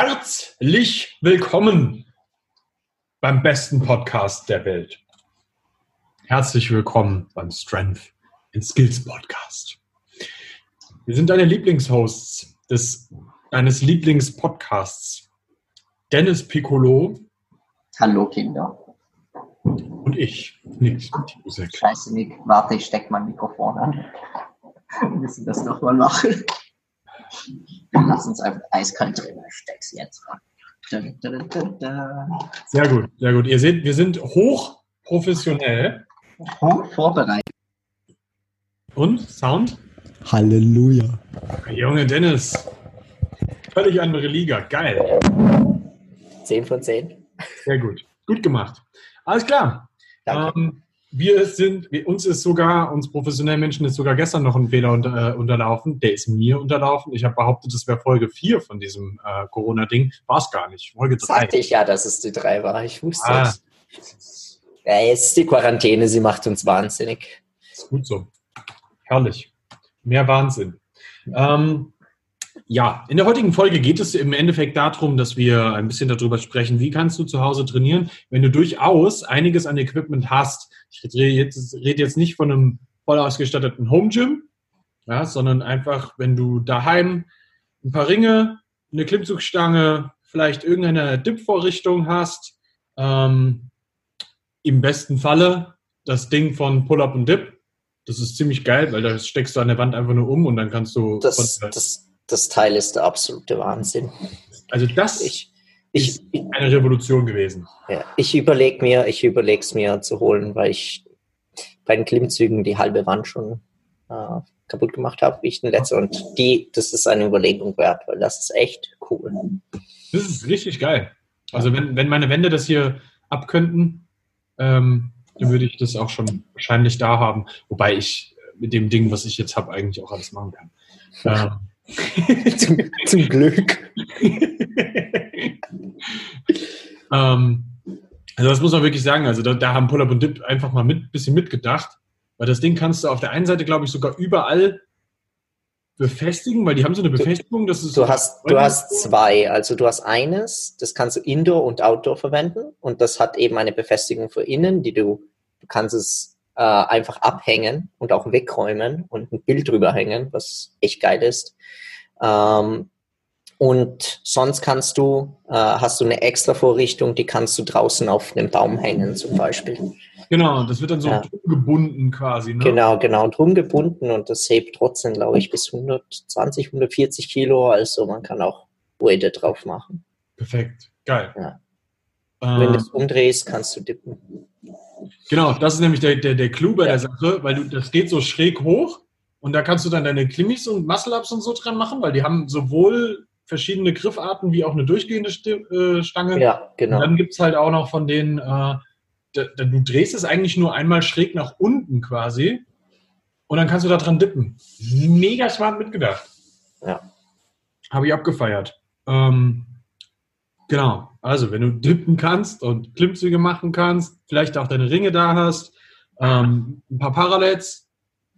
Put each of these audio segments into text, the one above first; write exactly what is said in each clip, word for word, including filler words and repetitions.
Herzlich willkommen beim besten Podcast der Welt. Herzlich willkommen beim Strength and Skills Podcast. Wir sind deine Lieblingshosts des, deines Lieblingspodcasts. Dennis Piccolo. Hallo Kinder. Und ich, Nick. Scheiße, Nick. Warte, ich steck mein Mikrofon an. Wir müssen das nochmal machen. Lass uns einfach eiskalt drin. Ich steck's jetzt an. Da, da, da, da. Sehr gut, sehr gut. Ihr seht, wir sind hoch professionell. Hoch vorbereitet. Und? Sound? Halleluja. Junge Dennis. Völlig andere Liga. Geil. zehn von zehn. Sehr gut. Gut gemacht. Alles klar. Danke. Ähm, wir sind, wir, uns ist sogar, uns professionellen Menschen ist sogar gestern noch ein Fehler unter, äh, unterlaufen. Der ist mir unterlaufen. Ich habe behauptet, das wäre Folge vier von diesem äh, Corona-Ding. War es gar nicht. Folge drei. Sagte ich ja, dass es die drei war. Ich wusste Ah. es. Ja, jetzt ist die Quarantäne. Sie macht uns wahnsinnig. Ist gut so. Herrlich. Mehr Wahnsinn. Ähm, ja, in der heutigen Folge geht es im Endeffekt darum, dass wir ein bisschen darüber sprechen, wie kannst du zu Hause trainieren, wenn du durchaus einiges an Equipment hast. Ich rede jetzt, rede jetzt nicht von einem voll ausgestatteten Home Gym, ja, sondern einfach, wenn du daheim ein paar Ringe, eine Klimmzugstange, vielleicht irgendeine Dip-Vorrichtung hast, ähm, im besten Falle das Ding von Pull-Up und Dip. Das ist ziemlich geil, weil da steckst du an der Wand einfach nur um und dann kannst du... Das, das, das Teil ist der absolute Wahnsinn. Also das ich, ich, ist eine Revolution gewesen. Ja, ich überlege mir, ich überlege es mir zu holen, weil ich bei den Klimmzügen die halbe Wand schon äh, kaputt gemacht habe, wie ich den letzten. Und die, das ist eine Überlegung wert, weil das ist echt cool. Das ist richtig geil. Also wenn, wenn meine Wände das hier abkönnten, ähm, dann würde ich das auch schon wahrscheinlich da haben. Wobei ich mit dem Ding, was ich jetzt habe, eigentlich auch alles machen kann. Ähm, zum, zum Glück. ähm, also das muss man wirklich sagen. Also da, da haben Pull-Up und Dip einfach mal ein bisschen mitgedacht. Weil das Ding kannst du auf der einen Seite, glaube ich, sogar überall befestigen, weil die haben so eine Befestigung. Das ist Du so hast, du hast zwei. Also du hast eines, das kannst du Indoor und Outdoor verwenden. Und das hat eben eine Befestigung für innen, die du, du kannst es äh, einfach abhängen und auch wegräumen und ein Bild drüber hängen, was echt geil ist. Ähm, und sonst kannst du, äh, hast du eine extra Vorrichtung, die kannst du draußen auf einem Baum hängen zum Beispiel. Genau, das wird dann so Ja. gebunden quasi. Ne? Genau, genau, drum gebunden und das hebt trotzdem, glaube ich, bis hundertzwanzig, hundertvierzig Kilo, also man kann auch Weighte drauf machen. Perfekt, geil. Ja. Ähm, Wenn du es umdrehst, kannst du dippen. Genau, das ist nämlich der, der, der Clou bei Ja. der Sache, weil du, das geht so schräg hoch und da kannst du dann deine Klimmis und Muscle-Ups und so dran machen, weil die haben sowohl verschiedene Griffarten wie auch eine durchgehende Sti- äh, Stange. Ja, Und genau. dann gibt es halt auch noch von denen, äh, da, da, du drehst es eigentlich nur einmal schräg nach unten quasi und dann kannst du da dran dippen. Mega smart mitgedacht. Ja. Habe ich abgefeiert. Ähm, genau, also wenn du dippen kannst und Klimmzüge machen kannst, vielleicht auch deine Ringe da hast, ähm, ein paar Parallels,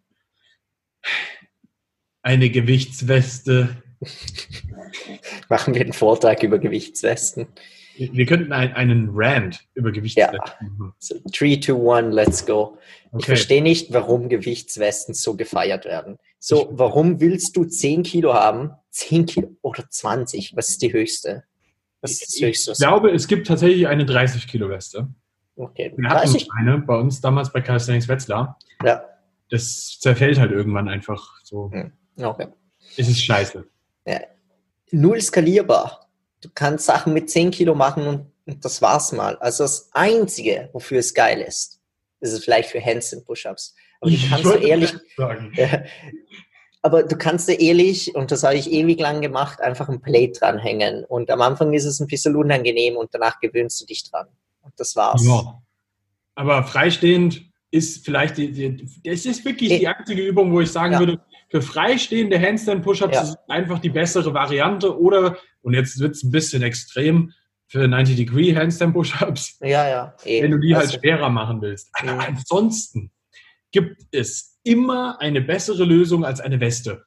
eine Gewichtsweste. Machen wir einen Vortrag über Gewichtswesten. Wir wir könnten ein, einen Rant über Gewichtswesten machen. So, three, two, one, let's go. Ich Okay. verstehe nicht, warum Gewichtswesten so gefeiert werden. So, warum willst du zehn Kilo haben? zehn Kilo oder zwanzig? Was ist die höchste? Was ist das Ich höchste? glaube, es gibt tatsächlich eine dreißig Kilo Weste. Okay, Wir hatten dreißig? eine bei uns damals bei Calisthenics Wetzlar. Ja. Das zerfällt halt irgendwann einfach so. Hm, okay. Es ist scheiße. Ja. Null skalierbar. Du kannst Sachen mit zehn Kilo machen und, und das war's mal. Also das Einzige, wofür es geil ist, ist es vielleicht für Handstand Push-Ups. Aber du Ich kannst du wollte ehrlich, das sagen. ja, aber du kannst dir ehrlich, und das habe ich ewig lang gemacht, einfach ein Plate dranhängen. Und am Anfang ist es ein bisschen unangenehm und danach gewöhnst du dich dran. Und das war's. Ja. Aber freistehend ist vielleicht, die, die, das ist wirklich die einzige Übung, wo ich sagen Ja. würde, für freistehende Handstand-Push-Ups Ja. ist es einfach die bessere Variante. Oder, und jetzt wird es ein bisschen extrem, für neunzig Degree Handstand-Push-Ups, Ja, ja. eh. wenn du die halt Also, schwerer machen willst. Aber Mhm. ansonsten gibt es immer eine bessere Lösung als eine Weste.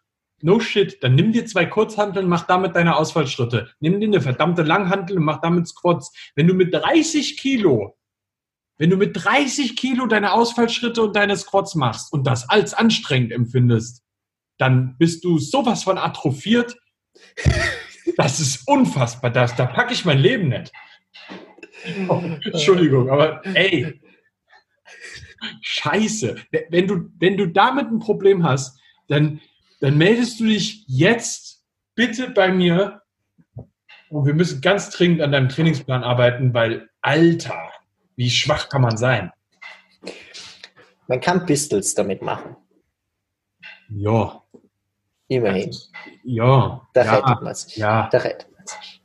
no shit, dann nimm dir zwei Kurzhanteln und mach damit deine Ausfallschritte. Nimm dir eine verdammte Langhantel und mach damit Squats. Wenn du mit dreißig Kilo, wenn du mit dreißig Kilo deine Ausfallschritte und deine Squats machst und das als anstrengend empfindest, dann bist du sowas von atrophiert. Das ist unfassbar. Das, da packe ich mein Leben nicht. Oh, Entschuldigung, aber ey, Scheiße. Wenn du, wenn du damit ein Problem hast, dann, dann meldest du dich jetzt bitte bei mir und wir müssen ganz dringend an deinem Trainingsplan arbeiten, weil, Alter, wie schwach kann man sein? Man kann Pistols damit machen. Ja. Immerhin. Ja. Da ja, rettet man sich. Ja. Da rettet man sich.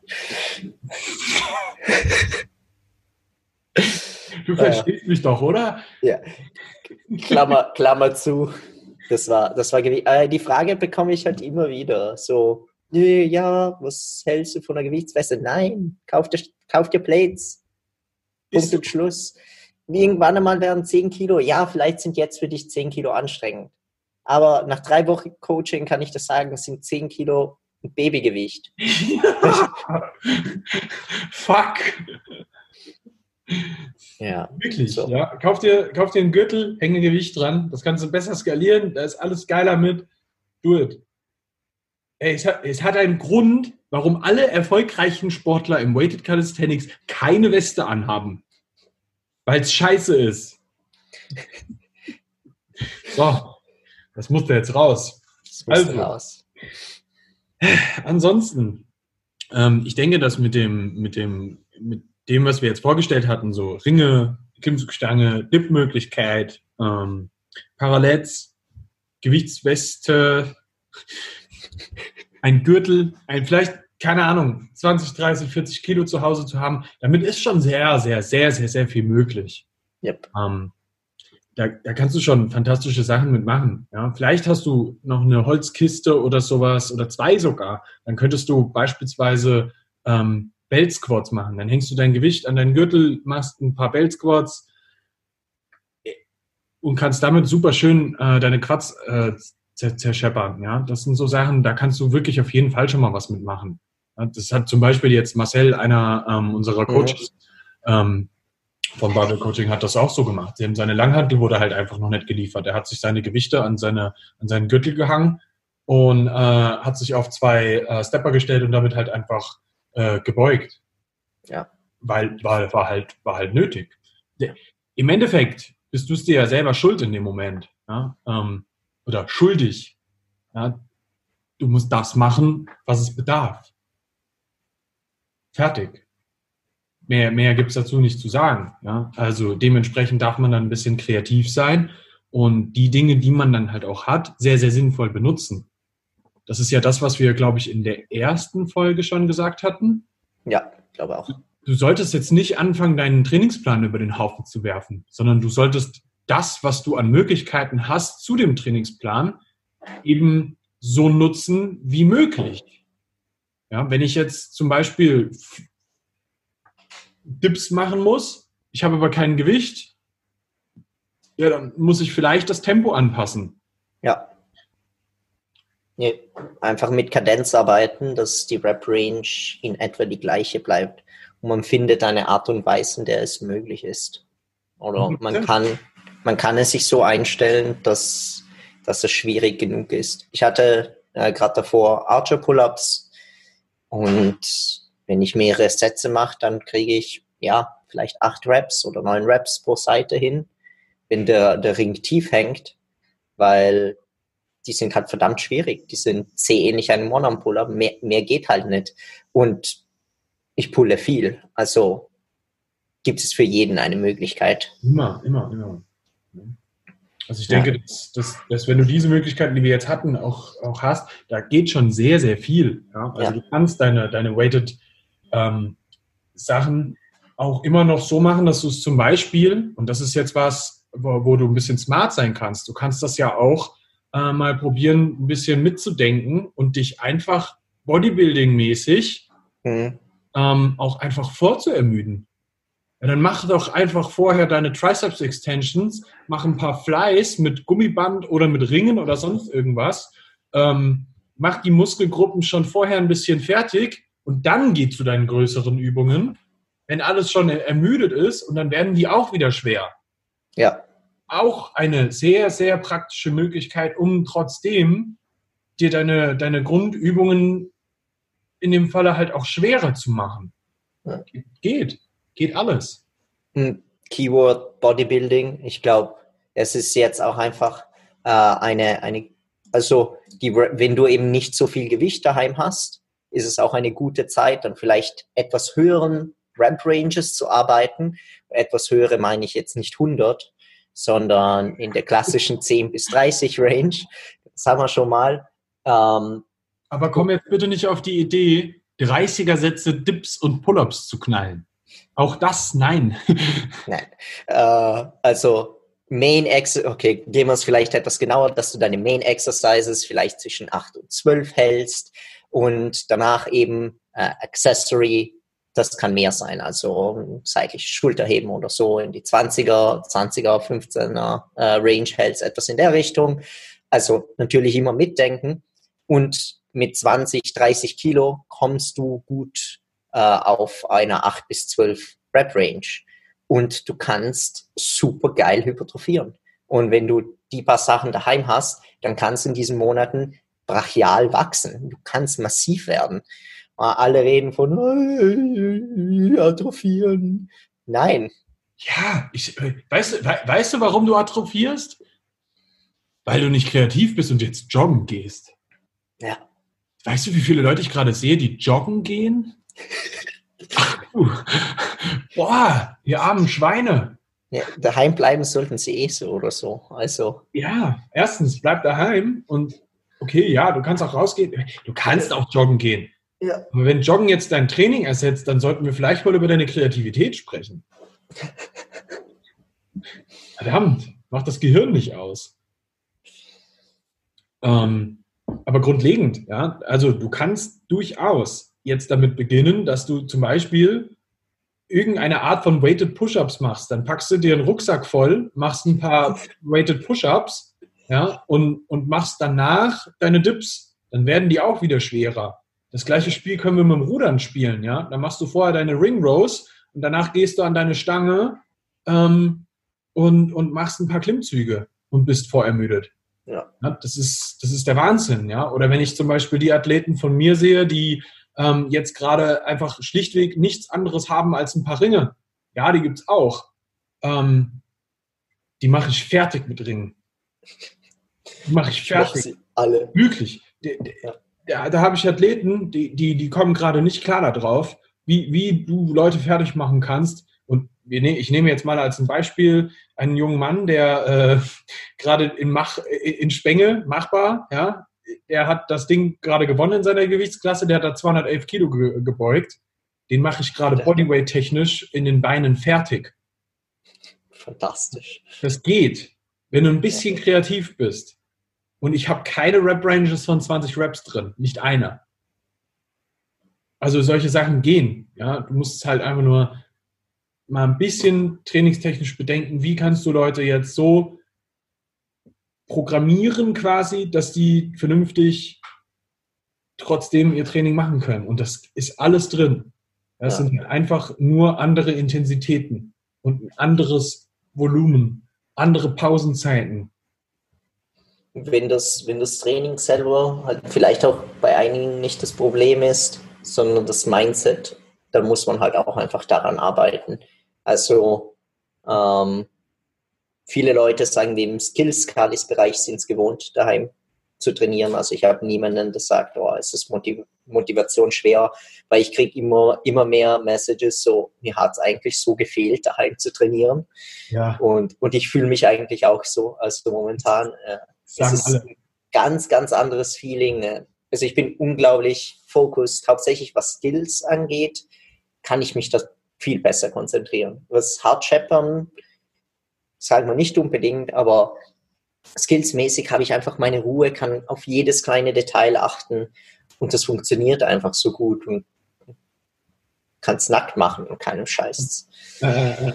Du verstehst äh, mich doch, oder? Ja. Klammer, Klammer zu. Das war, das war äh, die Frage bekomme ich halt immer wieder. So, ja, was hältst du von einer Gewichtsweste? Nein, kauf dir, kauf dir Plates. Punkt und Schluss. Irgendwann einmal werden zehn Kilo, ja, vielleicht sind jetzt für dich zehn Kilo anstrengend. Aber nach drei Wochen Coaching kann ich das sagen, es sind zehn Kilo Babygewicht. Ja. Fuck. Ja. Wirklich, so. ja. Kauf dir, kauf dir einen Gürtel, hänge Gewicht dran. Das kannst du besser skalieren, da ist alles geiler mit. Do it. Ey, es hat, es hat einen Grund, warum alle erfolgreichen Sportler im Weighted Calisthenics keine Weste anhaben. Weil es scheiße ist. So, das musste jetzt raus. Das musste also, raus. Ansonsten, ähm, ich denke, dass mit dem, mit dem, mit dem, was wir jetzt vorgestellt hatten, so Ringe, Klimmzugstange, Dip-Möglichkeit, ähm, Parallels, Gewichtsweste, ein Gürtel, ein vielleicht, keine Ahnung, zwanzig, dreißig, vierzig Kilo zu Hause zu haben, damit ist schon sehr, sehr, sehr, sehr, sehr viel möglich. Yep. Ähm, da, da kannst du schon fantastische Sachen mitmachen. Ja? Vielleicht hast du noch eine Holzkiste oder sowas oder zwei sogar. Dann könntest du beispielsweise ähm, Belt Squats machen. Dann hängst du dein Gewicht an deinen Gürtel, machst ein paar Belt Squats und kannst damit super schön äh, deine Quads äh, zerscheppern. Ja? Das sind so Sachen, da kannst du wirklich auf jeden Fall schon mal was mitmachen. Ja? Das hat zum Beispiel jetzt Marcel, einer ähm, unserer Coaches ja. ähm, vom Barbell Coaching, hat das auch so gemacht. Seine Langhantel wurde halt einfach noch nicht geliefert. Er hat sich seine Gewichte an, seine, an seinen Gürtel gehangen und äh, hat sich auf zwei äh, Stepper gestellt und damit halt einfach äh, gebeugt. Ja. Weil war, war, halt, war halt nötig. Im Endeffekt bist du es dir ja selber schuld in dem Moment. Ja? Ähm, oder schuldig. Ja? Du musst das machen, was es bedarf. Fertig. Mehr, mehr gibt es dazu nicht zu sagen. Ja? Also dementsprechend darf man dann ein bisschen kreativ sein und die Dinge, die man dann halt auch hat, sehr, sehr sinnvoll benutzen. Das ist ja das, was wir, glaube ich, in der ersten Folge schon gesagt hatten. Ja, glaube auch. Du solltest jetzt nicht anfangen, deinen Trainingsplan über den Haufen zu werfen, sondern du solltest das, was du an Möglichkeiten hast zu dem Trainingsplan, eben so nutzen wie möglich. Ja, wenn ich jetzt zum Beispiel Dips machen muss, ich habe aber kein Gewicht, ja, dann muss ich vielleicht das Tempo anpassen. Ja. Nee, einfach mit Kadenz arbeiten, dass die Rep-Range in etwa die gleiche bleibt. Und man findet eine Art und Weise, in der es möglich ist. Oder man kann, man kann es sich so einstellen, dass, dass es schwierig genug ist. Ich hatte äh, gerade davor Archer-Pull-Ups und wenn ich mehrere Sätze mache, dann kriege ich ja vielleicht acht Reps oder neun Reps pro Seite hin, wenn der, der Ring tief hängt, weil die sind halt verdammt schwierig. Die sind sehr ähnlich einem One-Arm-Pull-Up. Mehr, mehr geht halt nicht. Und ich pulle viel. Also gibt es für jeden eine Möglichkeit. Immer, immer, immer. Also ich denke, ja. dass, dass, dass wenn du diese Möglichkeiten, die wir jetzt hatten, auch, auch hast, da geht schon sehr, sehr viel. Ja? Also ja. du kannst deine, deine weighted ähm, Sachen auch immer noch so machen, dass du es zum Beispiel, und das ist jetzt was, wo, wo du ein bisschen smart sein kannst, du kannst das ja auch äh, mal probieren, ein bisschen mitzudenken und dich einfach Bodybuilding-mäßig mhm. ähm, auch einfach vorzuermüden. Ja, dann mach doch einfach vorher deine Triceps-Extensions, mach ein paar Flies mit Gummiband oder mit Ringen oder sonst irgendwas. Ähm, mach die Muskelgruppen schon vorher ein bisschen fertig und dann geh zu deinen größeren Übungen, wenn alles schon ermüdet ist und dann werden die auch wieder schwer. Ja. Auch eine sehr, sehr praktische Möglichkeit, um trotzdem dir deine, deine Grundübungen in dem Falle halt auch schwerer zu machen. Ja. Geht. Geht alles. Keyword Bodybuilding. Ich glaube, es ist jetzt auch einfach äh, eine, eine, also die, wenn du eben nicht so viel Gewicht daheim hast, ist es auch eine gute Zeit, dann vielleicht etwas höheren Rep-Ranges zu arbeiten. Etwas höhere meine ich jetzt nicht hundert, sondern in der klassischen zehn bis dreißig Range. Das haben wir schon mal. Ähm, Aber komm jetzt bitte nicht auf die Idee, dreißiger-Sätze Dips und Pull-Ups zu knallen. Auch das, nein. Nein. Äh, also Main Exercise, okay, gehen wir es vielleicht etwas genauer, dass du deine Main Exercises vielleicht zwischen acht und zwölf hältst und danach eben äh, Accessory, das kann mehr sein, also seitliche Schulterheben oder so in die zwanziger, zwanziger, fünfzehner äh, Range hältst, etwas in der Richtung. Also natürlich immer mitdenken und mit zwanzig, dreißig Kilo kommst du gut äh, auf einer acht bis zwölf Rep Range und du kannst super geil hypertrophieren. Und wenn du die paar Sachen daheim hast, dann kannst du in diesen Monaten brachial wachsen. Du kannst massiv werden. Alle reden von äh, atrophieren. Nein. Ja, ich, weißt, du, weißt du, warum du atrophierst? Weil du nicht kreativ bist und jetzt joggen gehst. Ja. Weißt du, wie viele Leute ich gerade sehe, die joggen gehen? Ach, du. Boah, ihr armen Schweine. Ja, daheim bleiben sollten sie eh so oder so. Also. Ja, erstens, bleib daheim und okay, ja, du kannst auch rausgehen. Du kannst auch joggen gehen. Ja. Aber wenn Joggen jetzt dein Training ersetzt, dann sollten wir vielleicht mal über deine Kreativität sprechen. Verdammt, macht das Gehirn nicht aus. Ähm, aber grundlegend, ja, also du kannst durchaus jetzt damit beginnen, dass du zum Beispiel irgendeine Art von Weighted Push-Ups machst. Dann packst du dir einen Rucksack voll, machst ein paar Weighted Push-Ups, ja, und, und machst danach deine Dips. Dann werden die auch wieder schwerer. Das gleiche Spiel können wir mit dem Rudern spielen, ja. Dann machst du vorher deine Ring Rows und danach gehst du an deine Stange ähm, und, und machst ein paar Klimmzüge und bist vorermüdet. Ja. Ja, das ist, das ist der Wahnsinn, ja. Oder wenn ich zum Beispiel die Athleten von mir sehe, die ähm, jetzt gerade einfach schlichtweg nichts anderes haben als ein paar Ringe. Ja, die gibt's auch. Ähm, die mache ich fertig mit Ringen. Die mache ich fertig. Ich mach sie alle. Wirklich. Die, die, Ja. Da, da habe ich Athleten, die, die, die kommen gerade nicht klar darauf, wie, wie du Leute fertig machen kannst. Und wir ne, ich nehme jetzt mal als ein Beispiel einen jungen Mann, der äh, gerade in, Mach, in Spenge machbar, ja, der hat das Ding gerade gewonnen in seiner Gewichtsklasse, der hat da zweihundertelf Kilo ge, gebeugt. Den mache ich gerade Bodyweight-technisch in den Beinen fertig. Fantastisch. Das geht, wenn du ein bisschen kreativ bist. Und ich habe keine Rep-Ranges von zwanzig Reps drin. Nicht eine. Also solche Sachen gehen. Ja? Du musst halt einfach nur mal ein bisschen trainingstechnisch bedenken, wie kannst du Leute jetzt so programmieren quasi, dass die vernünftig trotzdem ihr Training machen können. Und das ist alles drin. Das ja. sind einfach nur andere Intensitäten und ein anderes Volumen, andere Pausenzeiten. Wenn das, wenn das Training selber halt vielleicht auch bei einigen nicht das Problem ist, sondern das Mindset, dann muss man halt auch einfach daran arbeiten. Also ähm, viele Leute sagen, die im Skills-Skalis-Bereich sind es gewohnt, daheim zu trainieren. Also ich habe niemanden, der sagt, oh, es ist Motiv- Motivation schwer, weil ich kriege immer, immer mehr Messages, so, mir hat es eigentlich so gefehlt, daheim zu trainieren. Ja. Und, und ich fühle mich eigentlich auch so, also momentan. Äh, es ist alle. Ein ganz, ganz anderes Feeling. Äh, also ich bin unglaublich focused, hauptsächlich was Skills angeht, kann ich mich da viel besser konzentrieren. Was Hardscheppern, sagen wir nicht unbedingt, aber skillsmäßig habe ich einfach meine Ruhe, kann auf jedes kleine Detail achten und das funktioniert einfach so gut und kann es nackt machen und keinem Scheiß. Äh,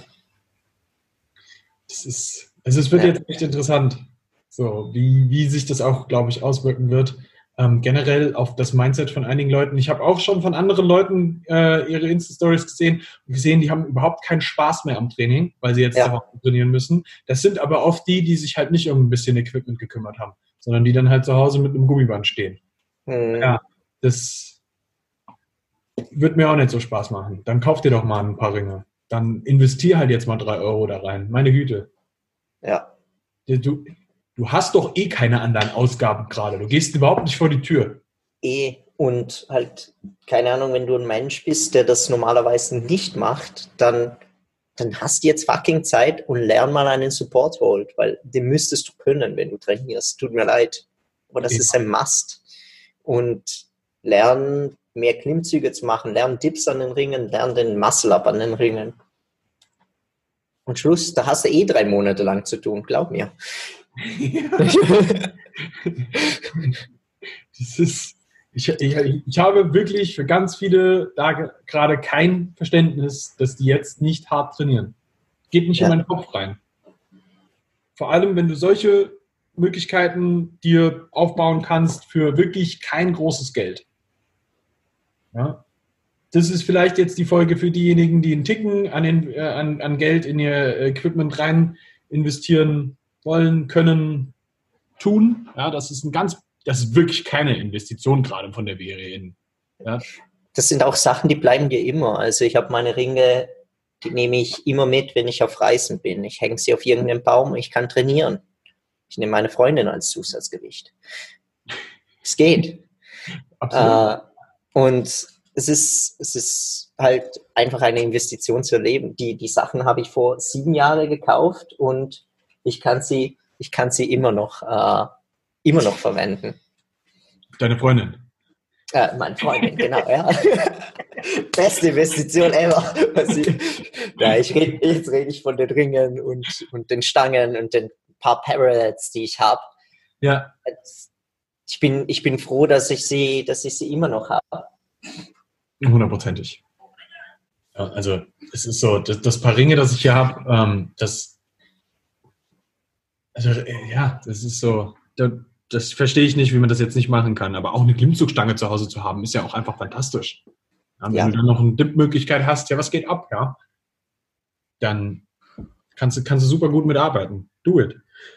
das ist, also es wird ja. jetzt echt interessant, so wie, wie sich das auch, glaube ich, auswirken wird. ähm, generell auf das Mindset von einigen Leuten. Ich habe auch schon von anderen Leuten äh, ihre Insta-Stories gesehen und gesehen, die haben überhaupt keinen Spaß mehr am Training, weil sie jetzt Ja. zu Hause trainieren müssen. Das sind aber oft die, die sich halt nicht um ein bisschen Equipment gekümmert haben, sondern die dann halt zu Hause mit einem Gummiband stehen. Hm. Ja, das wird mir auch nicht so Spaß machen. Dann kauf dir doch mal ein paar Ringe. Dann investier halt jetzt mal drei Euro da rein. Meine Güte. Ja. Du, du hast doch eh keine anderen Ausgaben gerade. Du gehst überhaupt nicht vor die Tür. Eh, und halt, keine Ahnung, wenn du ein Mensch bist, der das normalerweise nicht macht, dann, dann hast du jetzt fucking Zeit und lern mal einen Support Hold, weil den müsstest du können, wenn du trainierst. Tut mir leid. Aber das Ja. ist ein Must. Und lern mehr Klimmzüge zu machen, lern Dips an den Ringen, lern den Muscle-Up an den Ringen. Und Schluss, da hast du eh drei Monate lang zu tun, glaub mir. Ja. Das ist, ich, ich, ich habe wirklich für ganz viele da gerade kein Verständnis, dass die jetzt nicht hart trainieren. Geht nicht Ja. in meinen Kopf rein. Vor allem, wenn du solche Möglichkeiten dir aufbauen kannst für wirklich kein großes Geld. Ja. Das ist vielleicht jetzt die Folge für diejenigen, die einen Ticken an, den, äh, an, an Geld in ihr Equipment rein investieren wollen, können, tun. Ja, das ist ein ganz, das ist wirklich keine Investition gerade, von der wir reden. Ja. Das sind auch Sachen, die bleiben dir immer. Also ich habe meine Ringe, die nehme ich immer mit, wenn ich auf Reisen bin. Ich hänge sie auf irgendeinen Baum, ich kann trainieren. Ich nehme meine Freundin als Zusatzgewicht. Es geht. Absolut. Äh, und es ist, es ist halt einfach eine Investition zu erleben. Die, die Sachen habe ich vor sieben Jahren gekauft und ich kann sie, ich kann sie immer noch, äh, immer noch verwenden. Deine Freundin. Äh, meine Freundin, genau, ja. Beste Investition ever. Also, ja, ich red, jetzt rede ich von den Ringen und, und den Stangen und den paar Parallels, die ich habe. Ja. Ich bin, ich bin froh, dass ich sie, dass ich sie immer noch habe. Hundertprozentig. Ja, also es ist so, das, das paar Ringe, das ich hier habe, ähm, das, also äh, ja, das ist so, das, das verstehe ich nicht, wie man das jetzt nicht machen kann. Aber auch eine Klimmzugstange zu Hause zu haben, ist ja auch einfach fantastisch. Ja, wenn Ja. du dann noch eine Dip-Möglichkeit hast, ja, was geht ab, ja? Dann kannst du, kannst du super gut mitarbeiten. Do it.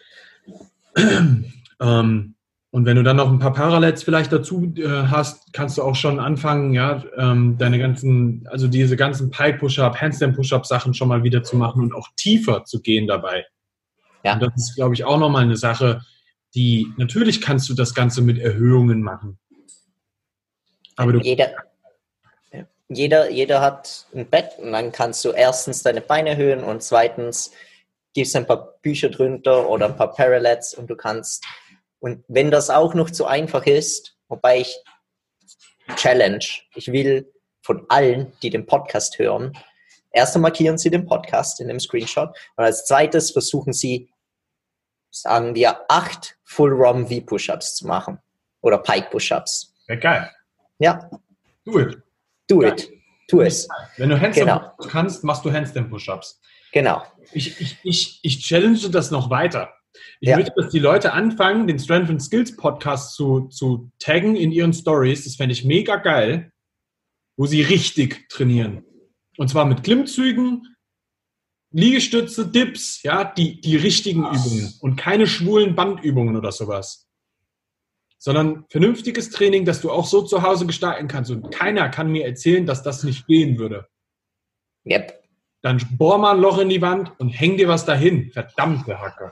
ähm, Und wenn du dann noch ein paar Parallels vielleicht dazu äh, hast, kannst du auch schon anfangen, ja, ähm, deine ganzen, also diese ganzen Pike-Push-Up, Handstand-Push-Up-Sachen schon mal wieder zu machen und auch tiefer zu gehen dabei. Ja. Und das ist, glaube ich, auch nochmal eine Sache, die, natürlich kannst du das Ganze mit Erhöhungen machen. Aber du, Jeder, jeder, jeder hat ein Bett und dann kannst du erstens deine Beine erhöhen und zweitens gibst ein paar Bücher drunter oder ein paar Parallels und du kannst. Und wenn das auch noch zu einfach ist, wobei ich Challenge, ich will von allen, die den Podcast hören, erst markieren sie den Podcast in dem Screenshot und als zweites versuchen sie, sagen wir, acht Full-Rom V-Push-Ups zu machen oder Pike-Push-Ups. ja, geil. Ja, Do it. do Ja. it. Tu es. Wenn du Handstand Genau. kannst, machst du Handstand-Push-Ups. Genau. Ich, ich, ich, ich challenge das noch weiter. Ich Ja. möchte, dass die Leute anfangen, den Strength and Skills Podcast zu, zu taggen in ihren Stories. Das fände ich mega geil, wo sie richtig trainieren. Und zwar mit Klimmzügen, Liegestütze, Dips, ja, die, die richtigen Übungen und keine schwulen Bandübungen oder sowas. Sondern vernünftiges Training, das du auch so zu Hause gestalten kannst. Und keiner kann mir erzählen, dass das nicht gehen würde. Yep. Dann bohr mal ein Loch in die Wand und häng dir was dahin. Verdammte Hacke.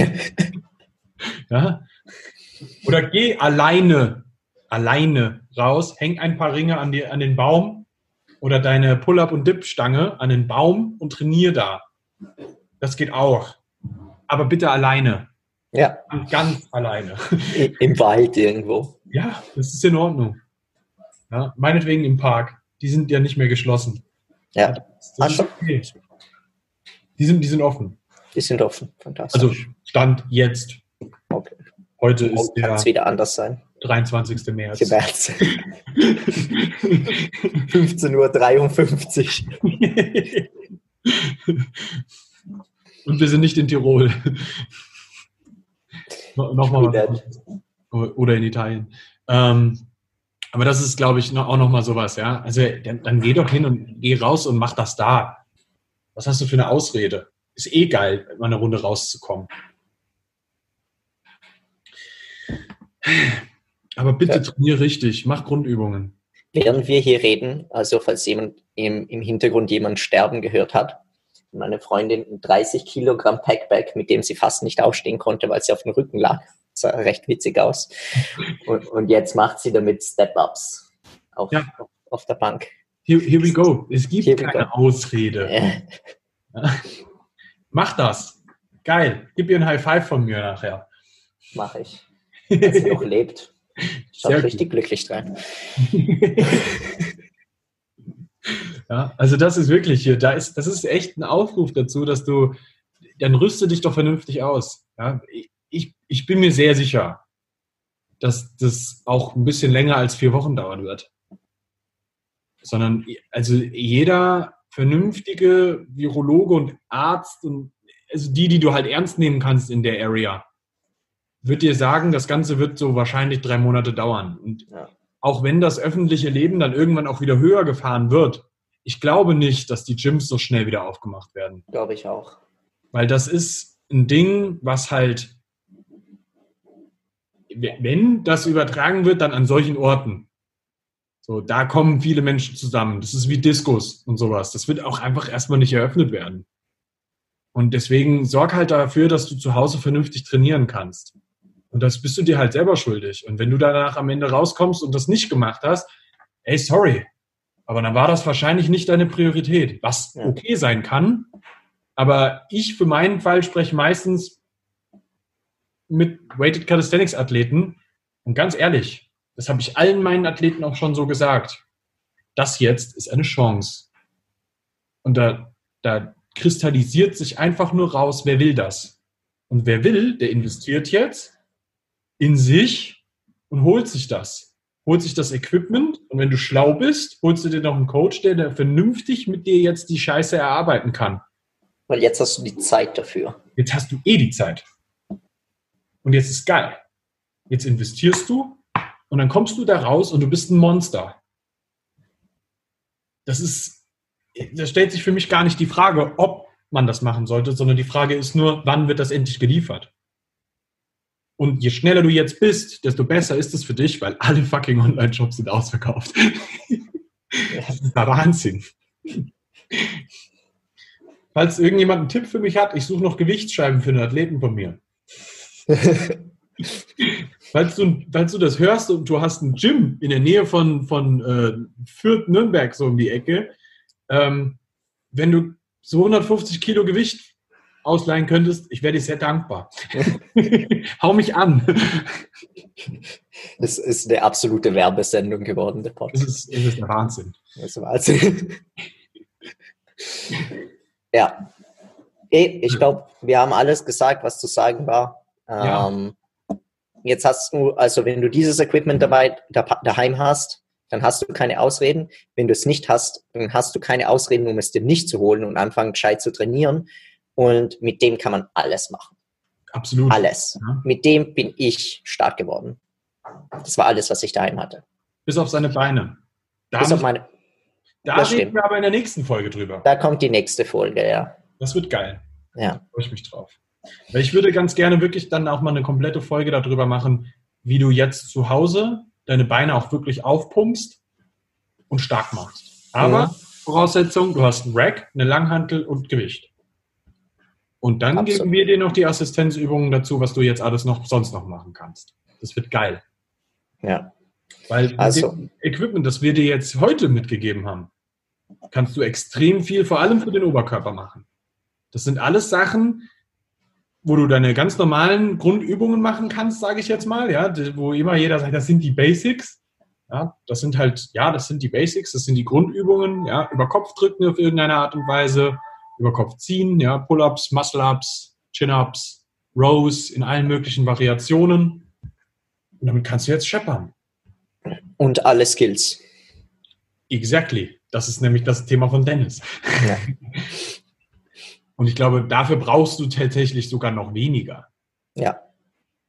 Ja? Oder geh alleine, alleine raus, häng ein paar Ringe an, die, an den Baum oder deine Pull-Up- und Dip-Stange an den Baum und trainier da. Das geht auch. Aber bitte alleine. Ja, Ganz alleine. i- im Wald irgendwo. Ja, das ist in Ordnung. Ja, meinetwegen im Park. Die sind ja nicht mehr geschlossen. Ja, Das Ah, ist schon. okay. Die sind, die sind offen. die sind offen. Fantastisch. Also Stand jetzt. okay. Heute ist Kann der es wieder anders sein? dreiundzwanzigster März. Im März. fünfzehn Uhr dreiundfünfzig. Und wir sind nicht in Tirol. No, Nochmal was. Oder in Italien. Ähm, aber das ist, glaube ich, noch, auch nochmal sowas, ja. Also dann, dann geh doch hin und geh raus und mach das da. Was hast du für eine Ausrede? Ist eh geil, mal eine Runde rauszukommen. Aber bitte ja. trainier richtig, mach Grundübungen. Während wir hier reden, also falls jemand im, im Hintergrund jemand sterben gehört hat, meine Freundin ein dreißig Kilogramm Packbag, mit dem sie fast nicht aufstehen konnte, weil sie auf dem Rücken lag. Das sah recht witzig aus. Und, und jetzt macht sie damit Step-Ups auf, ja. auf, auf der Bank. Here, here we go. Es gibt keine Ausrede. Äh. Ja. Mach das. Geil. Gib ihr ein High Five von mir nachher. Mach ich. Dass sie noch lebt. Schaut Sehr richtig gut. glücklich dran. Ja, also das ist wirklich hier, da ist, das ist echt ein Aufruf dazu, dass du, dann rüste dich doch vernünftig aus. Ja, ich, ich bin mir sehr sicher, dass das auch ein bisschen länger als vier Wochen dauern wird. Sondern, also jeder vernünftige Virologe und Arzt und also die, die du halt ernst nehmen kannst in der Area, wird dir sagen, das Ganze wird so wahrscheinlich drei Monate dauern. Und ja. auch wenn das öffentliche Leben dann irgendwann auch wieder höher gefahren wird, ich glaube nicht, dass die Gyms so schnell wieder aufgemacht werden. Glaube ich auch. Weil das ist ein Ding, was halt, wenn das übertragen wird, dann an solchen Orten. So, da kommen viele Menschen zusammen. Das ist wie Diskos und sowas. Das wird auch einfach erstmal nicht eröffnet werden. Und deswegen sorg halt dafür, dass du zu Hause vernünftig trainieren kannst. Und das bist du dir halt selber schuldig. Und wenn du danach am Ende rauskommst und das nicht gemacht hast, ey, sorry. Aber dann war das wahrscheinlich nicht deine Priorität, was okay sein kann. Aber ich für meinen Fall spreche meistens mit Weighted Calisthenics Athleten. Und ganz ehrlich, das habe ich allen meinen Athleten auch schon so gesagt. Das jetzt ist eine Chance. Und da, da kristallisiert sich einfach nur raus, wer will das. Und wer will, der investiert jetzt in sich und holt sich das. Holt sich das Equipment und wenn du schlau bist, holst du dir noch einen Coach, der, der vernünftig mit dir jetzt die Scheiße erarbeiten kann. Weil jetzt hast du die Zeit dafür. Jetzt hast du eh die Zeit. Und jetzt ist geil. Jetzt investierst du und dann kommst du da raus und du bist ein Monster. Das ist, da stellt sich für mich gar nicht die Frage, ob man das machen sollte, sondern die Frage ist nur, wann wird das endlich geliefert? Und je schneller du jetzt bist, desto besser ist es für dich, weil alle fucking Online-Shops sind ausverkauft. Das ist der Wahnsinn. Falls irgendjemand einen Tipp für mich hat, ich suche noch Gewichtsscheiben für einen Athleten von mir. falls, du, falls du das hörst und du hast ein Gym in der Nähe von, von äh, Fürth, Nürnberg, so um die Ecke, ähm, wenn du so hundertfünfzig Kilo Gewicht ausleihen könntest, ich wäre dir sehr dankbar. Hau mich an. Es ist eine absolute Werbesendung geworden, der Podcast. Es ist, es ist der Wahnsinn. Das ist Wahnsinn. Ja. Ich glaube, wir haben alles gesagt, was zu sagen war. Ja. Ähm, jetzt hast du, also wenn du dieses Equipment dabei, daheim hast, dann hast du keine Ausreden. Wenn du es nicht hast, dann hast du keine Ausreden, um es dir nicht zu holen und anfangen, gescheit zu trainieren. Und mit dem kann man alles machen. Absolut. Alles. Ja. Mit dem bin ich stark geworden. Das war alles, was ich daheim hatte. Bis auf seine Beine. Da Bis auf meine... Da reden stimmt. wir aber in der nächsten Folge drüber. Da kommt die nächste Folge, ja. Das wird geil. Ja. Da freue ich mich drauf. Weil ich würde ganz gerne wirklich dann auch mal eine komplette Folge darüber machen, wie du jetzt zu Hause deine Beine auch wirklich aufpumpst und stark machst. Aber ja. Voraussetzung, du hast einen Rack, eine Langhantel und Gewicht. Und dann Absolut. geben wir dir noch die Assistenzübungen dazu, was du jetzt alles noch sonst noch machen kannst. Das wird geil. Ja. Weil also. mit dem Equipment, das wir dir jetzt heute mitgegeben haben, kannst du extrem viel, vor allem für den Oberkörper machen. Das sind alles Sachen, wo du deine ganz normalen Grundübungen machen kannst, sage ich jetzt mal, ja, wo immer jeder sagt, das sind die Basics. Ja, das sind halt, ja, das sind die Basics, das sind die Grundübungen, ja, über Kopf drücken auf irgendeine Art und Weise, über Kopf ziehen, ja, Pull-ups, Muscle-ups, Chin-ups, Rows in allen möglichen Variationen. Und damit kannst du jetzt scheppern. Und alle Skills. Exactly. Das ist nämlich das Thema von Dennis. Ja. Und ich glaube, dafür brauchst du tatsächlich sogar noch weniger. Ja.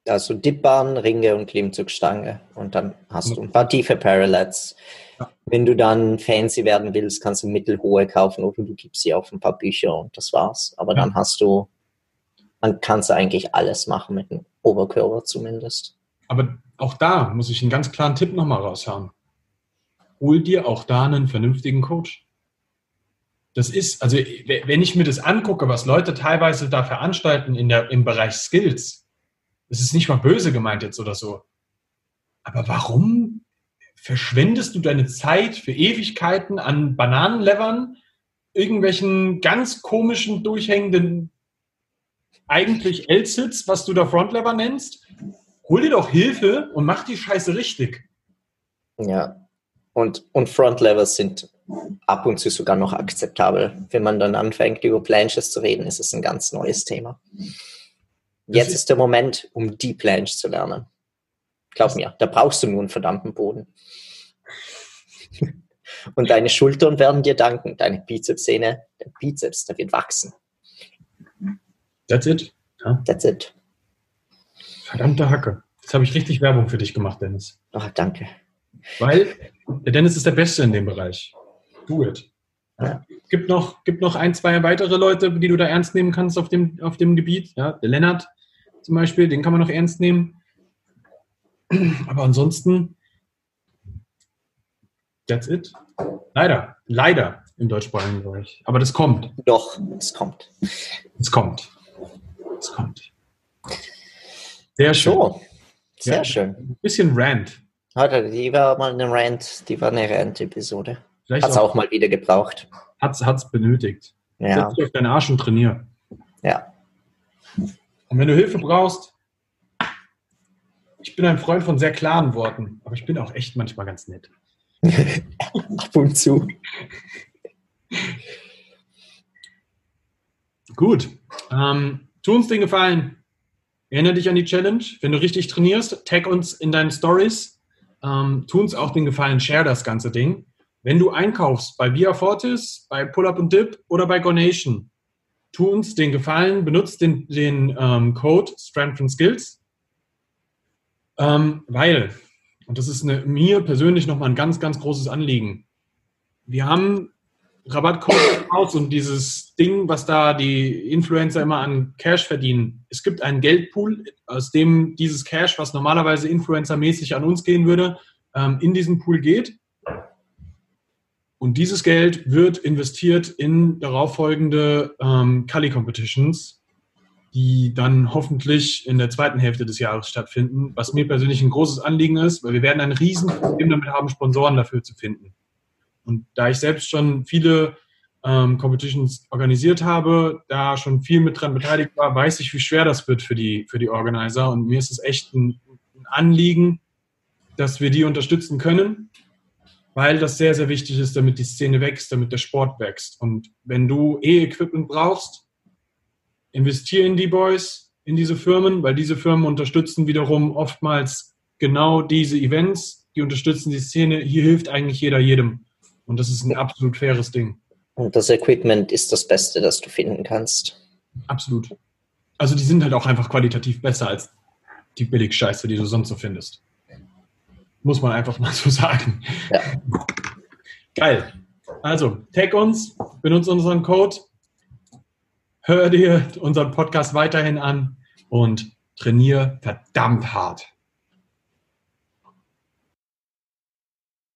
Also Dipbahn, Ringe und Klimmzugstange. Und dann hast du ein paar tiefe Parallels. Ja. Wenn du dann fancy werden willst, kannst du mittelhohe kaufen oder du gibst sie auf ein paar Bücher und das war's. Aber Ja. dann hast du, dann kannst du eigentlich alles machen mit dem Oberkörper zumindest. Aber auch da muss ich einen ganz klaren Tipp nochmal raushauen. Hol dir auch da einen vernünftigen Coach. Das ist, also wenn ich mir das angucke, was Leute teilweise da veranstalten in der, im Bereich Skills, das ist nicht mal böse gemeint jetzt oder so. Aber warum verschwendest du deine Zeit für Ewigkeiten an Bananenlevern, irgendwelchen ganz komischen, durchhängenden, eigentlich L-Sits, was du da Frontlever nennst? Hol dir doch Hilfe und mach die Scheiße richtig. Ja, und, und Frontlevers sind ab und zu sogar noch akzeptabel. Wenn man dann anfängt, über Planches zu reden, ist es ein ganz neues Thema. Jetzt ist, ist der Moment, um die Planche zu lernen. Glaub mir, da brauchst du nur einen verdammten Boden. Und deine Schultern werden dir danken. Deine Bizepssehne, der Bizeps, der wird wachsen. That's it. Ja. That's it. Verdammte Hacke. Jetzt habe ich richtig Werbung für dich gemacht, Dennis. Ach, danke. Weil der Dennis ist der Beste in dem Bereich. Do it. Ja. Gibt noch, gibt noch ein, zwei weitere Leute, die du da ernst nehmen kannst auf dem, auf dem Gebiet. Ja, der Lennart zum Beispiel, den kann man noch ernst nehmen. Aber ansonsten, that's it. Leider, leider im deutschsprachigen Bereich. Aber das kommt. Doch, es kommt. Es kommt. Es kommt. Sehr schön. So, sehr Ja, schön. Ein bisschen Rant. Heute, die war mal eine Rant, die war eine Rant-Episode. Vielleicht Hat es auch mal wieder gebraucht. Hat's, hat's benötigt. Ja. Setz dich auf deinen Arsch und trainier. Ja. Und wenn du Hilfe brauchst, ich bin ein Freund von sehr klaren Worten, aber ich bin auch echt manchmal ganz nett. Ab und zu. Gut. Ähm, tu uns den Gefallen. Erinnere dich an die Challenge. Wenn du richtig trainierst, tag uns in deinen Stories. Ähm, tu uns auch den Gefallen, share das ganze Ding. Wenn du einkaufst bei Via Fortis, bei Pull-Up und Dip oder bei Gonation, tu uns den Gefallen, benutzt den, den ähm, Code Strength and Skills, ähm, weil, und das ist eine, mir persönlich nochmal ein ganz, ganz großes Anliegen, wir haben Rabattcode aus und dieses Ding, was da die Influencer immer an Cash verdienen. Es gibt einen Geldpool, aus dem dieses Cash, was normalerweise influencermäßig an uns gehen würde, ähm, in diesen Pool geht. Und dieses Geld wird investiert in darauffolgende ähm, Kali-Competitions, die dann hoffentlich in der zweiten Hälfte des Jahres stattfinden, was mir persönlich ein großes Anliegen ist, weil wir werden ein Riesenproblem damit haben, Sponsoren dafür zu finden. Und da ich selbst schon viele ähm, Competitions organisiert habe, da schon viel mit dran beteiligt war, weiß ich, wie schwer das wird für die, für die Organizer. Und mir ist es echt ein, ein Anliegen, dass wir die unterstützen können, weil das sehr, sehr wichtig ist, damit die Szene wächst, damit der Sport wächst. Und wenn du E-Equipment brauchst, investiere in die Boys, in diese Firmen, weil diese Firmen unterstützen wiederum oftmals genau diese Events, die unterstützen die Szene. Hier hilft eigentlich jeder jedem. Und das ist ein absolut faires Ding. Und das Equipment ist das Beste, das du finden kannst. Absolut. Also die sind halt auch einfach qualitativ besser als die Billig-Scheiße, die du sonst so findest. Muss man einfach mal so sagen. Ja. Geil. Also, tag uns, benutze unseren Code, hör dir unseren Podcast weiterhin an und trainier verdammt hart.